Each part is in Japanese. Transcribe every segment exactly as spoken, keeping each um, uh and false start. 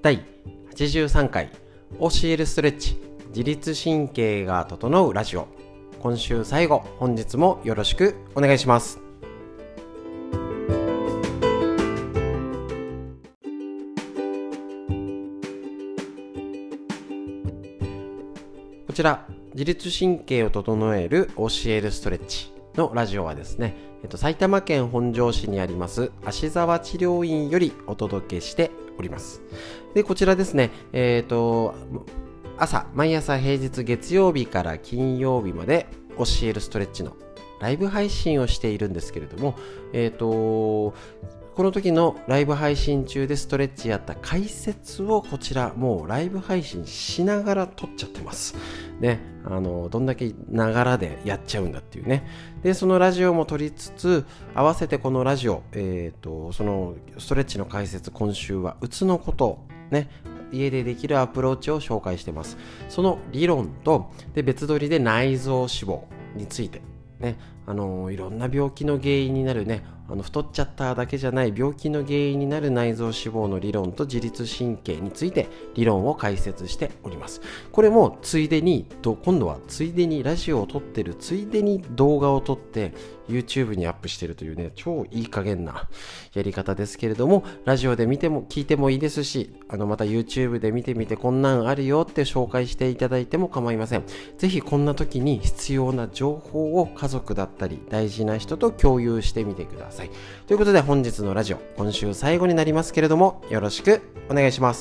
だいはちじゅうさんかい教えるストレッチ、自律神経が整うラジオ。今週最後、本日もよろしくお願いします。こちら自律神経を整える教えるストレッチのラジオはですね、えっと、埼玉県本庄市にあります芦沢治療院よりお届けしております。でこちらですね、えっと朝毎朝平日月曜日から金曜日まで教えるストレッチのライブ配信をしているんですけれども、えっとこの時のライブ配信中でストレッチやった解説をこちらもうライブ配信しながら撮っちゃってますね。あのどんだけながらでやっちゃうんだっていうね。でそのラジオも撮りつつ合わせてこのラジオ、えーとそのストレッチの解説、今週はうつのことね、家でできるアプローチを紹介してます。その理論とで別撮りで内臓脂肪についてね、あのいろんな病気の原因になるね、あの太っちゃっただけじゃない病気の原因になる内臓脂肪の理論と自律神経について理論を解説しております。これもついでに今度はついでにラジオを撮ってるついでに動画を撮って YouTube にアップしてるというね、超いい加減なやり方ですけれども、ラジオで見ても聞いてもいいですし、あのまた YouTube で見てみてこんなんあるよって紹介していただいても構いません。ぜひこんな時に必要な情報を家族だったり大事な人と共有してみてください。ということで本日のラジオ、今週最後になりますけれども、よろしくお願いします。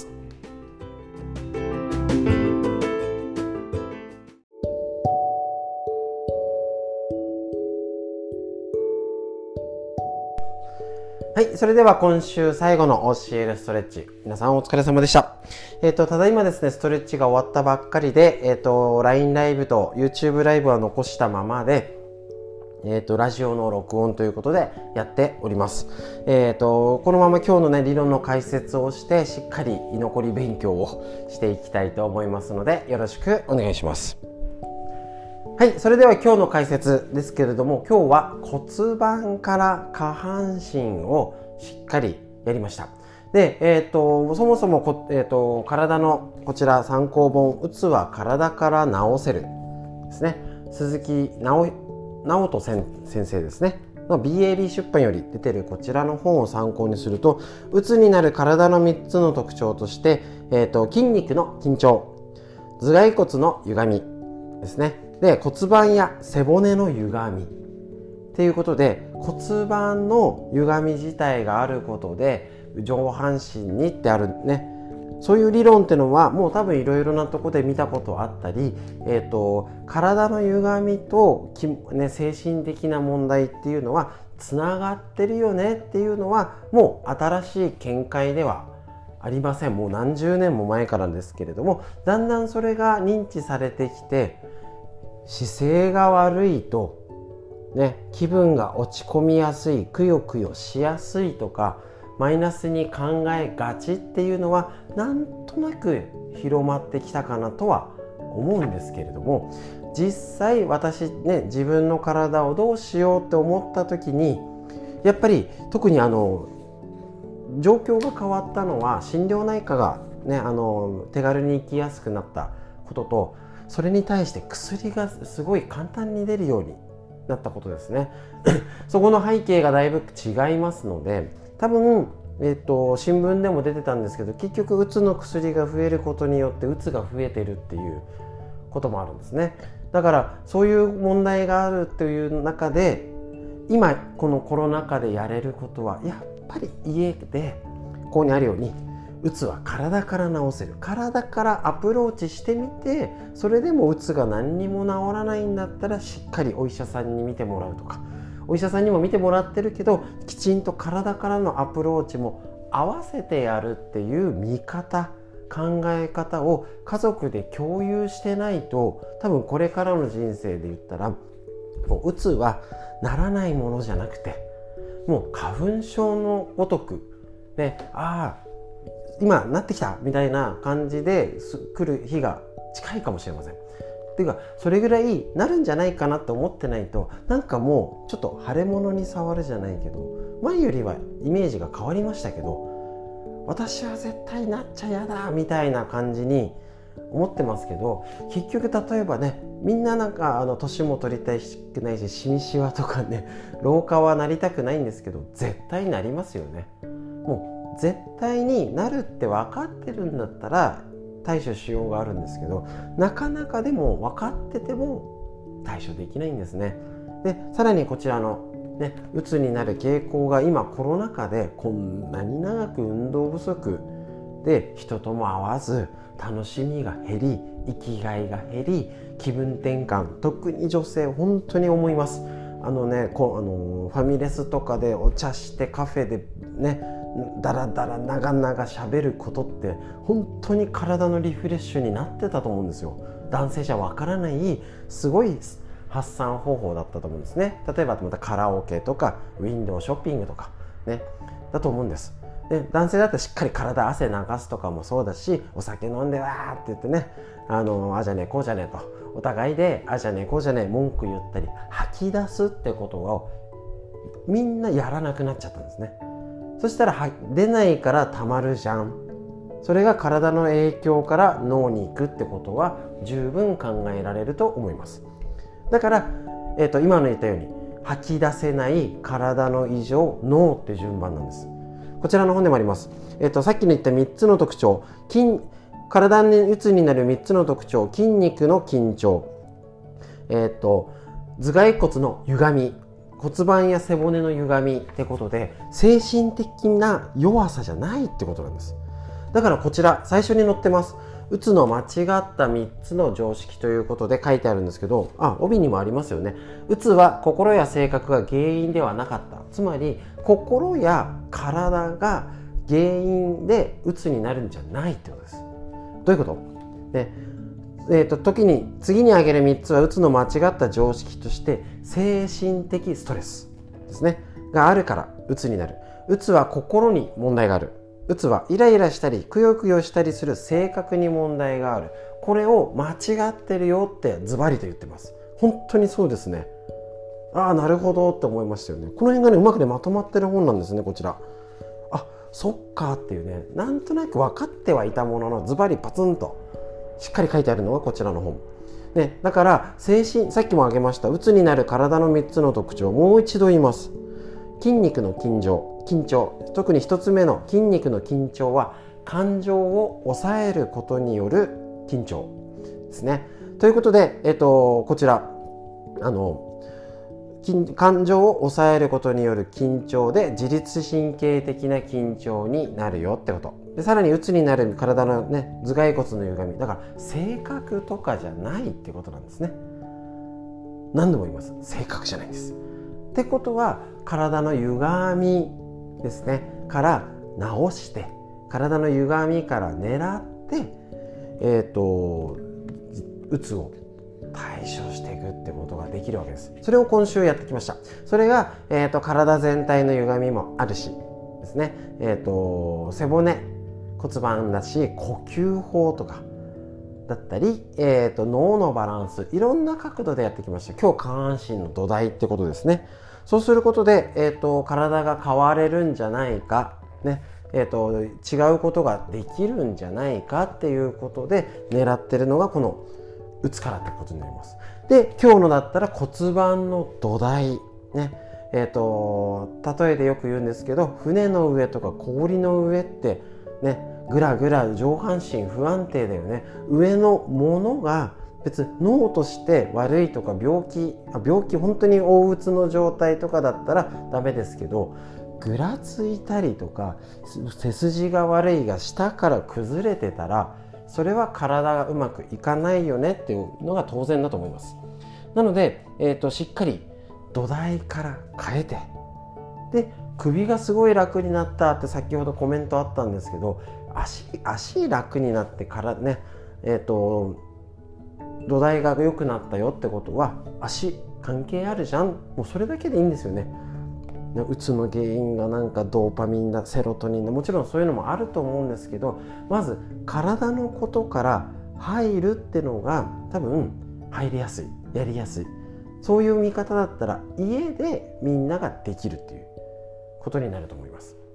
はい、それでは今週最後の教えるストレッチ、皆さんお疲れ様でした。えっとただいまですね、ストレッチが終わったばっかりで、えっと ライン ライブと YouTube ライブは残したままで、えっとラジオの録音ということでやっております。えっとこのまま今日のね理論の解説をしてしっかり居残り勉強をしていきたいと思いますので、よろしくお願いします。はい、それでは今日の解説ですけれども、今日は骨盤から下半身をしっかりやりました。で、えー、とそもそもこ、えー、と体のこちら参考本、うつは体から治せるですね、鈴木直直人先生ですねの ビーエービー 出版より出てるこちらの本を参考にすると、うつになる体のみっつの特徴として、えー、と筋肉の緊張、頭蓋骨の歪みですね、で骨盤や背骨の歪みっていうことで、骨盤の歪み自体があることで上半身にってあるね、そういう理論っていうのはもう多分いろいろなところで見たことあったり、えーと、体の歪みと、ね、精神的な問題っていうのはつながってるよねっていうのはもう新しい見解ではありません。もう何十年も前からですけれども、だんだんそれが認知されてきて、姿勢が悪いと、ね、気分が落ち込みやすい、くよくよしやすいとかマイナスに考えがちっていうのはなんとなく広まってきたかなとは思うんですけれども、実際私ね、自分の体をどうしようって思った時に、やっぱり特にあの状況が変わったのは心療内科が、ね、あの手軽に行きやすくなったことと、それに対して薬がすごい簡単に出るようになったことですねそこの背景がだいぶ違いますので、多分、えーと、新聞でも出てたんですけど、結局うつの薬が増えることによってうつが増えてるっていうこともあるんですね。だからそういう問題があるという中で、今このコロナ禍でやれることはやっぱり家でここにあるように、うつは体から治せる、体からアプローチしてみて、それでもうつが何にも治らないんだったらしっかりお医者さんに見てもらうとか、お医者さんにも見てもらってるけどきちんと体からのアプローチも合わせてやるっていう見方、考え方を家族で共有してないと、多分これからの人生で言ったらもううつはならないものじゃなくて、もう花粉症のごとくで、ああ今なってきたみたいな感じで来る日が近いかもしれません。っていうか、それぐらいなるんじゃないかなと思ってないと、なんかもうちょっと腫れ物に触るじゃないけど、前よりはイメージが変わりましたけど、 私は絶対なっちゃやだみたいな感じに思ってますけど、結局例えばね、みんななんかあの年も取りたくないし、シミシワとかね、老化はなりたくないんですけど、絶対なりますよね。もう絶対になるって分かってるんだったら対処しようがあるんですけど、なかなかでも分かってても対処できないんですね。でさらにこちらのね、うつになる傾向が今コロナ禍でこんなに長く運動不足で人とも会わず楽しみが減り、生きがいが減り、気分転換、特に女性本当に思います。あのね、こうあのファミレスとかでお茶してカフェでね、だらだら長々喋ることって本当に体のリフレッシュになってたと思うんですよ。男性じゃわからないすごい発散方法だったと思うんですね。例えばまたカラオケとかウィンドウショッピングとかね、だと思うんです。で男性だったらしっかり体汗流すとかもそうだし、お酒飲んでわーって言ってね、あのあじゃねえこうじゃねえとお互いであじゃねえこうじゃねえ文句言ったり吐き出すってことをみんなやらなくなっちゃったんですね。そしたら出ないからたまるじゃん。それが体の影響から脳に行くってことは十分考えられると思います。だから、えーと、今の言ったように吐き出せない体の異常、脳って順番なんです。こちらの本でもあります。えーと、さっきの言ったみっつの特徴、筋体にうつになるみっつの特徴、筋肉の緊張、えーと、頭蓋骨の歪み、骨盤や背骨の歪みってことで、精神的な弱さじゃないってことなんです。だからこちら最初に載ってます。うつの間違ったみっつの常識ということで書いてあるんですけど、あ、帯にもありますよね。うつは心や性格が原因ではなかった。つまり心や体が原因でうつになるんじゃないってことです。どういうこと？で、えーと、時に次に挙げるみっつはうつの間違った常識として精神的ストレスですねがあるからうつになる。うつは心に問題がある。うつはイライラしたりくよくよしたりする性格に問題がある。これを間違ってるよってズバリと言ってます。本当にそうですね。ああ、なるほどって思いましたよね。この辺がねうまくねまとまってる本なんですね。こちら、あ、そっかっていうね、なんとなく分かってはいたもののズバリパツンとしっかり書いてあるのがこちらの本ね。だから精神、さっきも挙げましたうつになる体のみっつの特徴をもう一度言います。筋肉の緊張緊張、特にひとつめの筋肉の緊張は感情を抑えることによる緊張ですね。ということで、えっと、こちらあの感情を抑えることによる緊張で自律神経的な緊張になるよってことで、さらにうつになる体のね頭蓋骨の歪みだから性格とかじゃないってことなんですね。何度も言います、性格じゃないんです。ってことは体の歪みですねから直して、体の歪みから狙ってえっとうつを対処していくってことができるわけです。それを今週やってきました。それが、えー、と体全体の歪みもあるしですね、えー、と背骨骨盤だし呼吸法とかだったり、えー、と脳のバランス、いろんな角度でやってきました。今日下半身の土台ってことですね。そうすることで、えー、と体が変われるんじゃないか、ねえー、と違うことができるんじゃないかっていうことで狙ってるのがこのうつからってことになります。で、今日のだったら骨盤の土台ね、えっと例えでよく言うんですけど、船の上とか氷の上ってね、ぐらぐら上半身不安定だよね。上のものが別に脳として悪いとか病気あ病気本当に大うつの状態とかだったらダメですけど、ぐらついたりとか背筋が悪いが下から崩れてたらそれは体がうまくいかないよねっていうのが当然だと思います。なので、えーと、しっかり土台から変えて、で首がすごい楽になったって先ほどコメントあったんですけど、足足楽になってからね、えーと土台が良くなったよってことは足関係あるじゃん。もうそれだけでいいんですよね。うつの原因がなんかドーパミンだセロトニンだ、もちろんそういうのもあると思うんですけど、まず体のことから入るってのが多分入りやすい、やりやすい、そういう見方だったら家でみんなができるっていうことになると思います。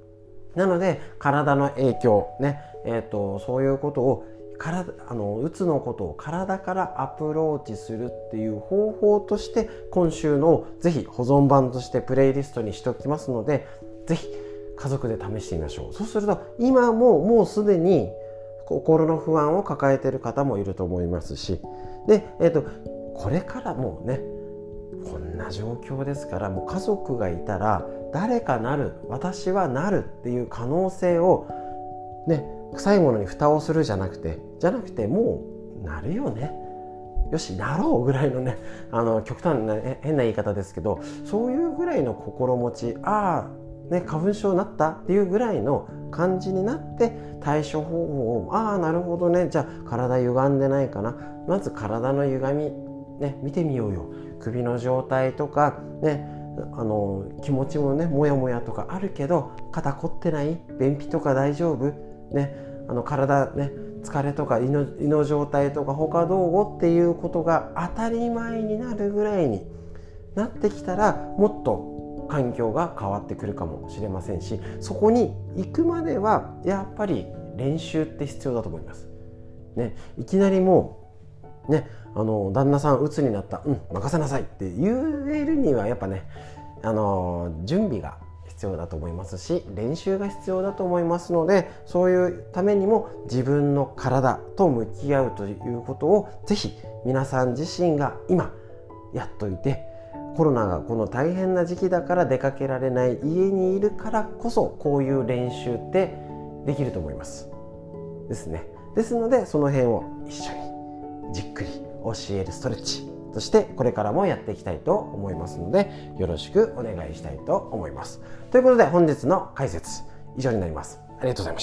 なので体の影響ね、えーと、そういうことを体あのうつのことを体からアプローチするっていう方法として、今週のぜひ保存版としてプレイリストにしておきますので、ぜひ家族で試してみましょう。そうすると今ももうすでに心の不安を抱えている方もいると思いますし、で、えーと、これからもうねこんな状況ですから、もう家族がいたら誰かなる、私はなるっていう可能性をね、臭いものに蓋をするじゃなくてじゃなくてもうなるよね、よしなろうぐらいのね、あの極端な変な言い方ですけど、そういうぐらいの心持ち、ああね花粉症になったっていうぐらいの感じになって対処方法を、ああなるほどね、じゃあ体歪んでないかな、まず体の歪みね見てみようよ。首の状態とかね、あの気持ちもねモヤモヤとかあるけど、肩凝ってない、便秘とか大丈夫ね、あの体ね疲れとか胃の、胃の状態とか他どうっていうことが当たり前になるぐらいになってきたら、もっと環境が変わってくるかもしれませんし、そこに行くまではやっぱり練習って必要だと思います、ね、いきなりもうね、あの旦那さん鬱になった、うん任せなさいって言えるにはやっぱね、あの準備が必要だと思いますし、練習が必要だと思いますので、そういうためにも自分の体と向き合うということをぜひ皆さん自身が今やっといて、コロナがこの大変な時期だから出かけられない、家にいるからこそこういう練習ってできると思いますですね。ですのでその辺を一緒にじっくり教えるストレッチとしてこれからもやっていきたいと思いますので、よろしくお願いしたいと思います。ということで本日の解説以上になります。ありがとうございました。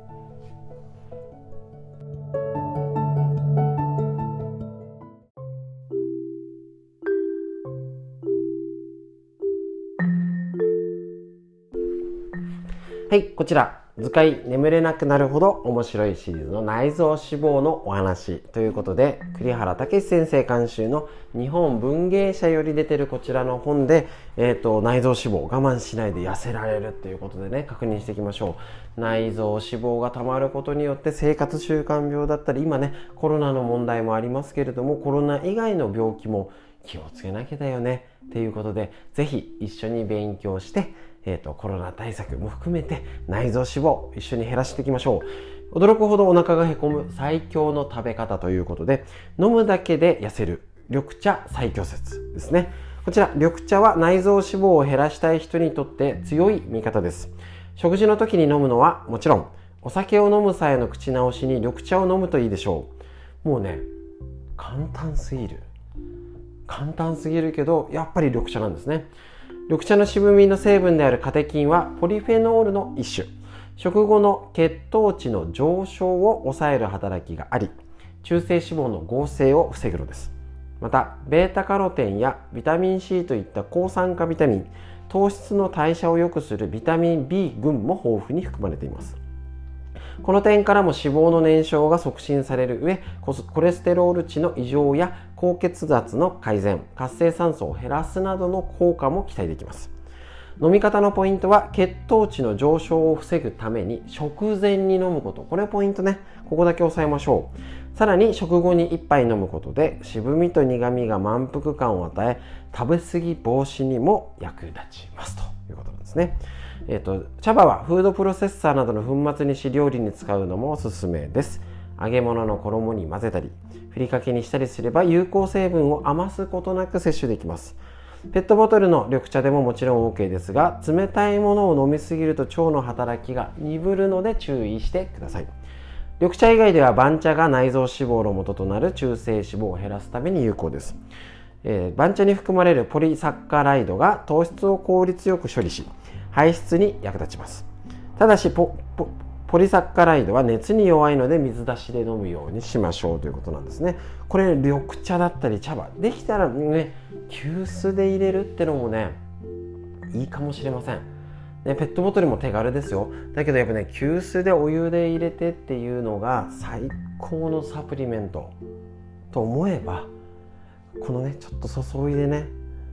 はい、こちら図解眠れなくなるほど面白いシリーズの内臓脂肪のお話ということで、栗原武先生監修の日本文芸社より出てるこちらの本で、えーと、内臓脂肪を我慢しないで痩せられるっていうことでね、確認していきましょう。内臓脂肪がたまることによって生活習慣病だったり、今ねコロナの問題もありますけれども、コロナ以外の病気も気をつけなきゃだよねっていうことで、ぜひ一緒に勉強してえーと、コロナ対策も含めて内臓脂肪を一緒に減らしていきましょう。驚くほどお腹がへこむ最強の食べ方ということで、飲むだけで痩せる緑茶最強説ですね。こちら緑茶は内臓脂肪を減らしたい人にとって強い味方です。食事の時に飲むのはもちろん、お酒を飲む際の口直しに緑茶を飲むといいでしょう。もうね簡単すぎる簡単すぎるけどやっぱり緑茶なんですね。緑茶の渋みの成分であるカテキンはポリフェノールの一種。食後の血糖値の上昇を抑える働きがあり、中性脂肪の合成を防ぐのです。また、ベータカロテンやビタミン C といった抗酸化ビタミン、糖質の代謝を良くするビタミン B 群も豊富に含まれています。この点からも脂肪の燃焼が促進される上、コレステロール値の異常や高血圧の改善、活性酸素を減らすなどの効果も期待できます。飲み方のポイントは、血糖値の上昇を防ぐために食前に飲むこと。これポイントね。ここだけ押さえましょう。さらに食後にいっぱい飲むことで渋みと苦みが満腹感を与え、食べ過ぎ防止にも役立ちますということなんですね。えーと、茶葉はフードプロセッサーなどの粉末にし料理に使うのもおすすめです。揚げ物の衣に混ぜたりふりかけにしたりすれば有効成分を余すことなく摂取できます。ペットボトルの緑茶でももちろん OK ですが、冷たいものを飲みすぎると腸の働きが鈍るので注意してください。緑茶以外では番茶が内臓脂肪の元となる中性脂肪を減らすために有効です。えー、番茶に含まれるポリサッカライドが糖質を効率よく処理し排出に役立ちます。ただし ポ, ポ, ポリサッカライドは熱に弱いので水出しで飲むようにしましょうということなんですね。これ緑茶だったり茶葉できたらね急須で入れるってのもねいいかもしれません、ね、ペットボトルも手軽ですよ。だけどやっぱね急須でお湯で入れてっていうのが最高のサプリメントと思えば、このねちょっと注いでね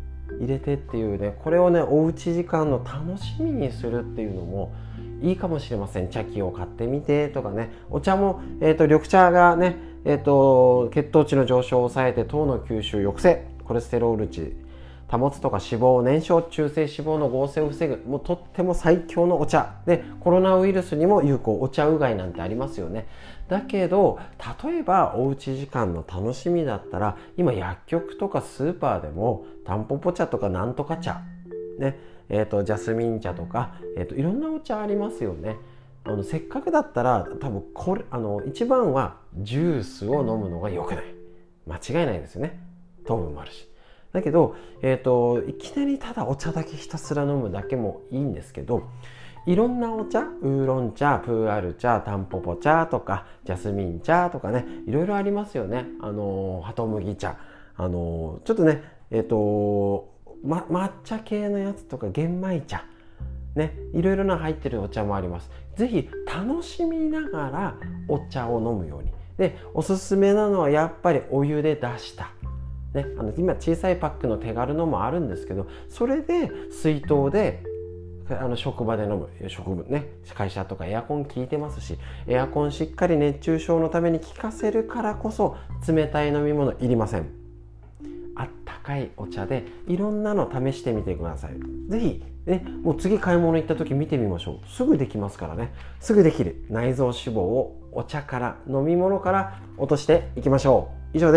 入れてっていうね、これをねおうち時間の楽しみにするっていうのもいいかもしれません。茶器を買ってみてとかね、お茶も、えーと、緑茶がね、えーと、血糖値の上昇を抑えて糖の吸収抑制、コレステロール値保つとか脂肪燃焼、中性脂肪の合成を防ぐ、もうとっても最強のお茶で、コロナウイルスにも有効、お茶うがいなんてありますよね。だけど例えばおうち時間の楽しみだったら、今薬局とかスーパーでもタンポポ茶とかなんとか茶ね、えーと、ジャスミン茶とか、えーと、いろんなお茶ありますよね。あのせっかくだったら多分これあの一番はジュースを飲むのが良くない、間違いないですよね。糖分もあるし。だけど、えーと、いきなりただお茶だけひたすら飲むだけもいいんですけど、いろんなお茶、ウーロン茶、プーアル茶、タンポポ茶とかジャスミン茶とかね、いろいろありますよね。あのハトムギ茶、あのちょっとねえっ、ー、と、ま、抹茶系のやつとか玄米茶ね、いろいろな入ってるお茶もあります。ぜひ楽しみながらお茶を飲むように。で、おすすめなのはやっぱりお湯で出したね、あの今小さいパックの手軽のもあるんですけど、それで水筒であの職場で飲む、職場ね、会社とかエアコン効いてますし、エアコンしっかり熱中症のために効かせるからこそ冷たい飲み物いりません。あったかいお茶でいろんなの試してみてください。ぜひね、もう次買い物行った時見てみましょう。すぐできますからね。すぐできる内臓脂肪をお茶から飲み物から落としていきましょう。以上です。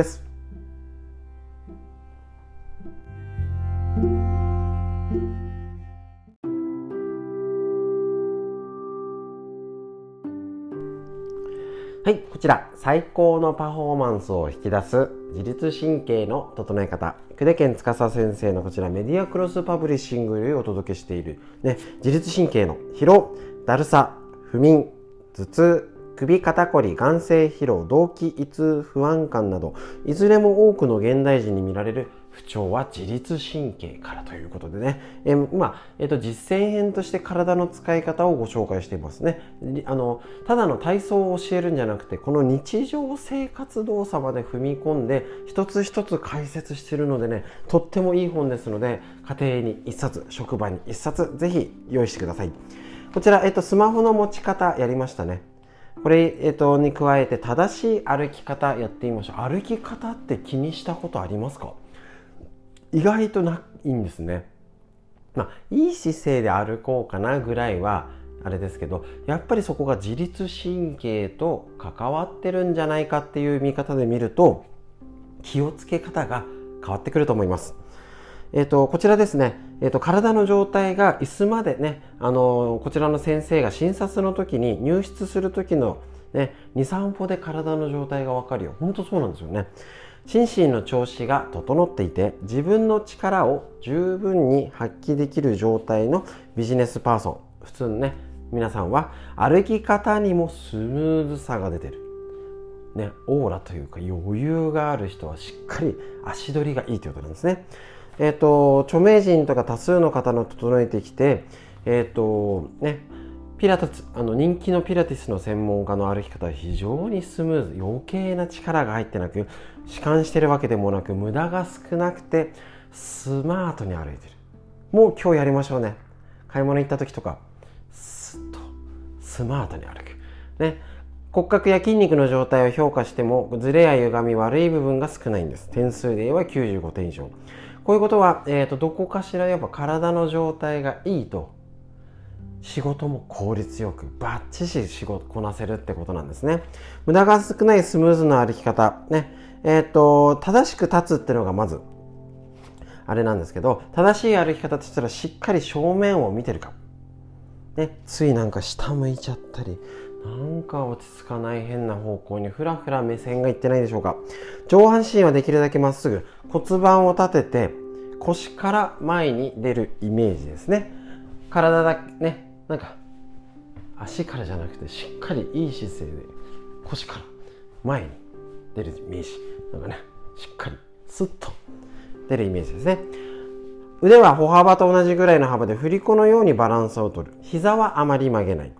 はい、こちら最高のパフォーマンスを引き出す自律神経の整え方、久手健司先生のこちらメディアクロスパブリッシングよりお届けしている、ね、自律神経の疲労、だるさ、不眠、頭痛、首肩こり、眼性疲労、動悸、胃痛、不安感など、いずれも多くの現代人に見られる不調は自律神経からということでね、えー、今、えーと、実践編として体の使い方をご紹介していますね。あのただの体操を教えるんじゃなくて、この日常生活動作まで踏み込んで一つ一つ解説しているのでね、とってもいい本ですので、家庭に一冊、職場に一冊、ぜひ用意してください。こちら、えーと、スマホの持ち方やりましたね。これ、えーと、に加えて正しい歩き方やってみましょう。歩き方って気にしたことありますか？意外とないんですね。まあ、いい姿勢で歩こうかなぐらいはあれですけど、やっぱりそこが自律神経と関わってるんじゃないかっていう見方で見ると、気をつけ方が変わってくると思います。えーと、こちらですね、えーと、体の状態が椅子までね、あのー、こちらの先生が診察の時に入室する時の、ね、に、さん歩で体の状態が分かるよ。本当そうなんですよね。心身の調子が整っていて、自分の力を十分に発揮できる状態のビジネスパーソン、普通のね、皆さんは歩き方にもスムーズさが出てる、ね、オーラというか余裕がある人はしっかり足取りがいいということなんですね。えっと、著名人とか多数の方の整えてきて、えっとね、ピラティス、あの人気のピラティスの専門家の歩き方は非常にスムーズ、余計な力が入ってなく、弛緩してるわけでもなく、無駄が少なくてスマートに歩いてる。もう今日やりましょうね。買い物行った時とかスッとスマートに歩く、ね、骨格や筋肉の状態を評価してもズレや歪み、悪い部分が少ないんです。点数で言えばきゅうじゅうごてん以上。こういうことは、えーと、どこかしらやっぱ体の状態がいいと仕事も効率よくバッチシ仕事こなせるってことなんですね。無駄が少ないスムーズな歩き方ね、えっと正しく立つっていうのがまずあれなんですけど、正しい歩き方としたらしっかり正面を見てるか、ね、ついなんか下向いちゃったり、なんか落ち着かない変な方向にふらふら目線がいってないでしょうか。上半身はできるだけまっすぐ、骨盤を立てて腰から前に出るイメージですね。体だけね、なんか足からじゃなくてしっかりいい姿勢で腰から前に出るイメージ、なんかね、しっかりスッと出るイメージですね。腕は歩幅と同じぐらいの幅で振り子のようにバランスを取る。膝はあまり曲げない。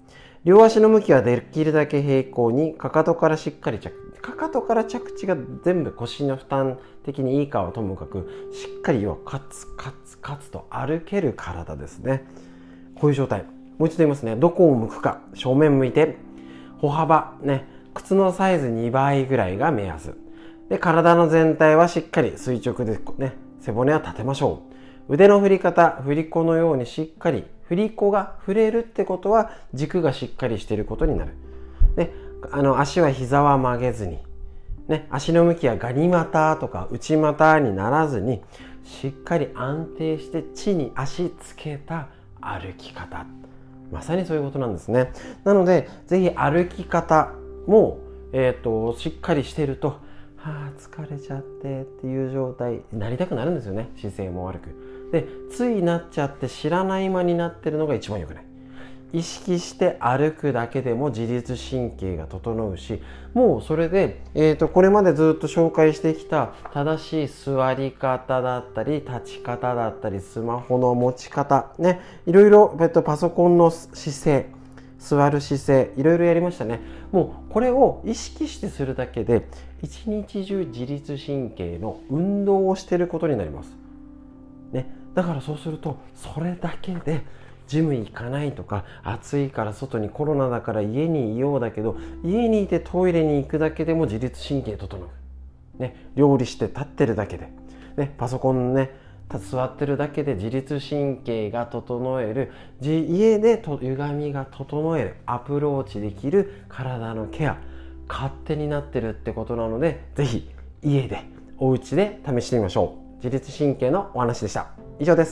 両足の向きはできるだけ平行に、かかとからしっかり着かかとから着地が全部腰の負担的にいいかはともかく、しっかり要はカツカツカツと歩ける体ですね。こういう状態、もう一度言いますね。どこを向くか、正面向いて、歩幅ね、靴のサイズにばいぐらいが目安で、体の全体はしっかり垂直でね、背骨は立てましょう。腕の振り方、振り子のようにしっかり、振り子が振れるってことは軸がしっかりしていることになる。で、あの足は膝は曲げずに、ね、足の向きはガニ股とか内股にならずに、しっかり安定して地に足つけた歩き方、まさにそういうことなんですね。なのでぜひ歩き方も、えー、としっかりしていると、はあ疲れちゃってっていう状態になりたくなるんですよね。姿勢も悪くで、ついなっちゃって知らない間になってるのが一番良くない。意識して歩くだけでも自律神経が整うし、もうそれで、えーと、これまでずっと紹介してきた正しい座り方だったり立ち方だったりスマホの持ち方ね、いろいろ、えっと、パソコンの姿勢、座る姿勢、いろいろやりましたね。もうこれを意識してするだけで一日中自律神経の運動をしていることになります、ね、だからそうするとそれだけでジム行かないとか、暑いから外に、コロナだから家にいようだけど、家にいてトイレに行くだけでも自律神経整う、ね、料理して立ってるだけで、ね、パソコンね座ってるだけで自律神経が整える、家でと歪みが整える、アプローチできる体のケア、勝手になってるってことなので、ぜひ家でお家で試してみましょう。自律神経のお話でした。以上です。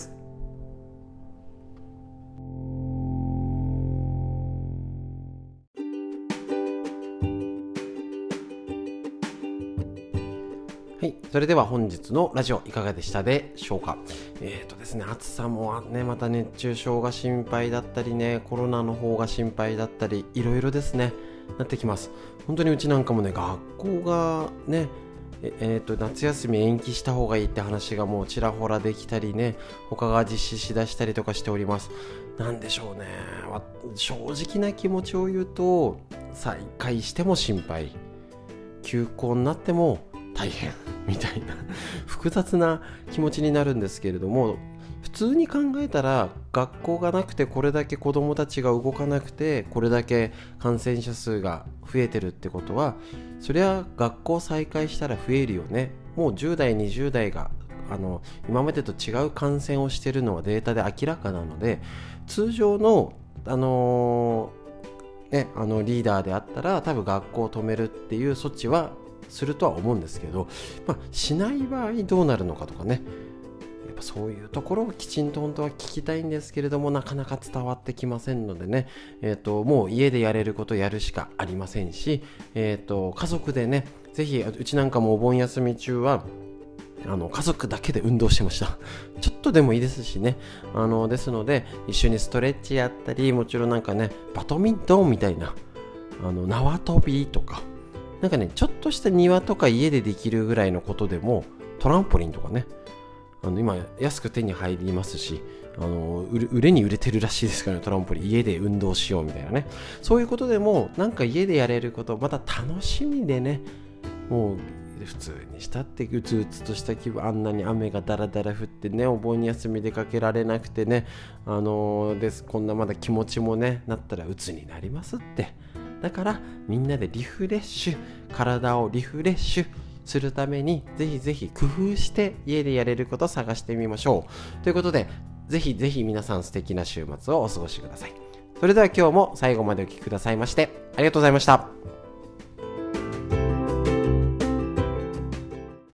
はい、それでは本日のラジオいかがでしたでしょうか。えーとですね、暑さもね、また熱中症が心配だったりね、コロナの方が心配だったり、いろいろですね、なってきます。本当にうちなんかもね、学校がね、ええーと夏休み延期した方がいいって話がもうちらほらできたりね、他が実施しだしたりとかしております。なんでしょうね、正直な気持ちを言うと、再開しても心配、休校になっても大変みたいな複雑な気持ちになるんですけれども、普通に考えたら学校がなくてこれだけ子どもたちが動かなくてこれだけ感染者数が増えてるってことは、そりゃ学校再開したら増えるよね。もうじゅう代にじゅう代があの今までと違う感染をしているのはデータで明らかなので、通常のあのーね、あのリーダーであったら多分学校を止めるっていう措置はするとは思うんですけど、まあ、しない場合どうなるのかとかね、やっぱそういうところをきちんと本当は聞きたいんですけれども、なかなか伝わってきませんのでね、えーと、もう家でやれることやるしかありませんし、えーと、家族でね、ぜひうちなんかもお盆休み中はあの家族だけで運動してました。ちょっとでもいいですしね、あのですので一緒にストレッチやったり、もちろんなんかねバドミントンみたいなあの縄跳びとか、なんかねちょっとした庭とか家でできるぐらいのことでも、トランポリンとかね、あの今安く手に入りますし、あの売れに売れてるらしいですからね、トランポリン家で運動しようみたいなね、そういうことでもなんか家でやれること、また楽しみでね、もう普通にしたってうつうつとした気分、あんなに雨がだらだら降ってね、お盆休み出かけられなくてね、あのー、ですこんなまだ気持ちもねなったらうつになりますって。だからみんなでリフレッシュ、体をリフレッシュするためにぜひぜひ工夫して家でやれることを探してみましょうということで、ぜひぜひ皆さん素敵な週末をお過ごしください。それでは今日も最後までお聞きくださいましてありがとうございました。